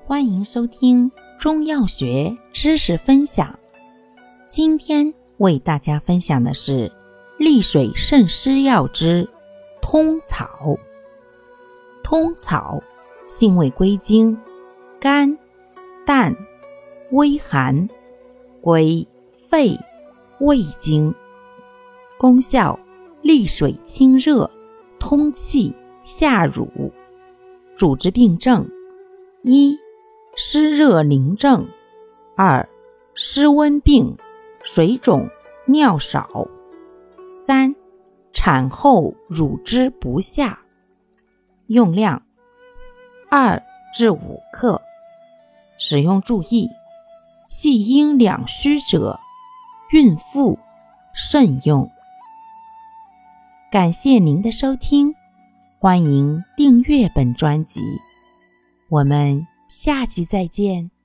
欢迎收听中药学知识分享。今天为大家分享的是利水渗湿药之通草。通草性味归经：甘、淡、微寒，归肺、胃经。功效：利水清热，通气下乳。主治病症：一、湿热淋症；二、湿温病，水肿、尿少；三、产后乳汁不下。用量2至5克。使用注意：气阴两虚者，孕妇慎用。感谢您的收听，欢迎订阅本专辑，我们下期再见。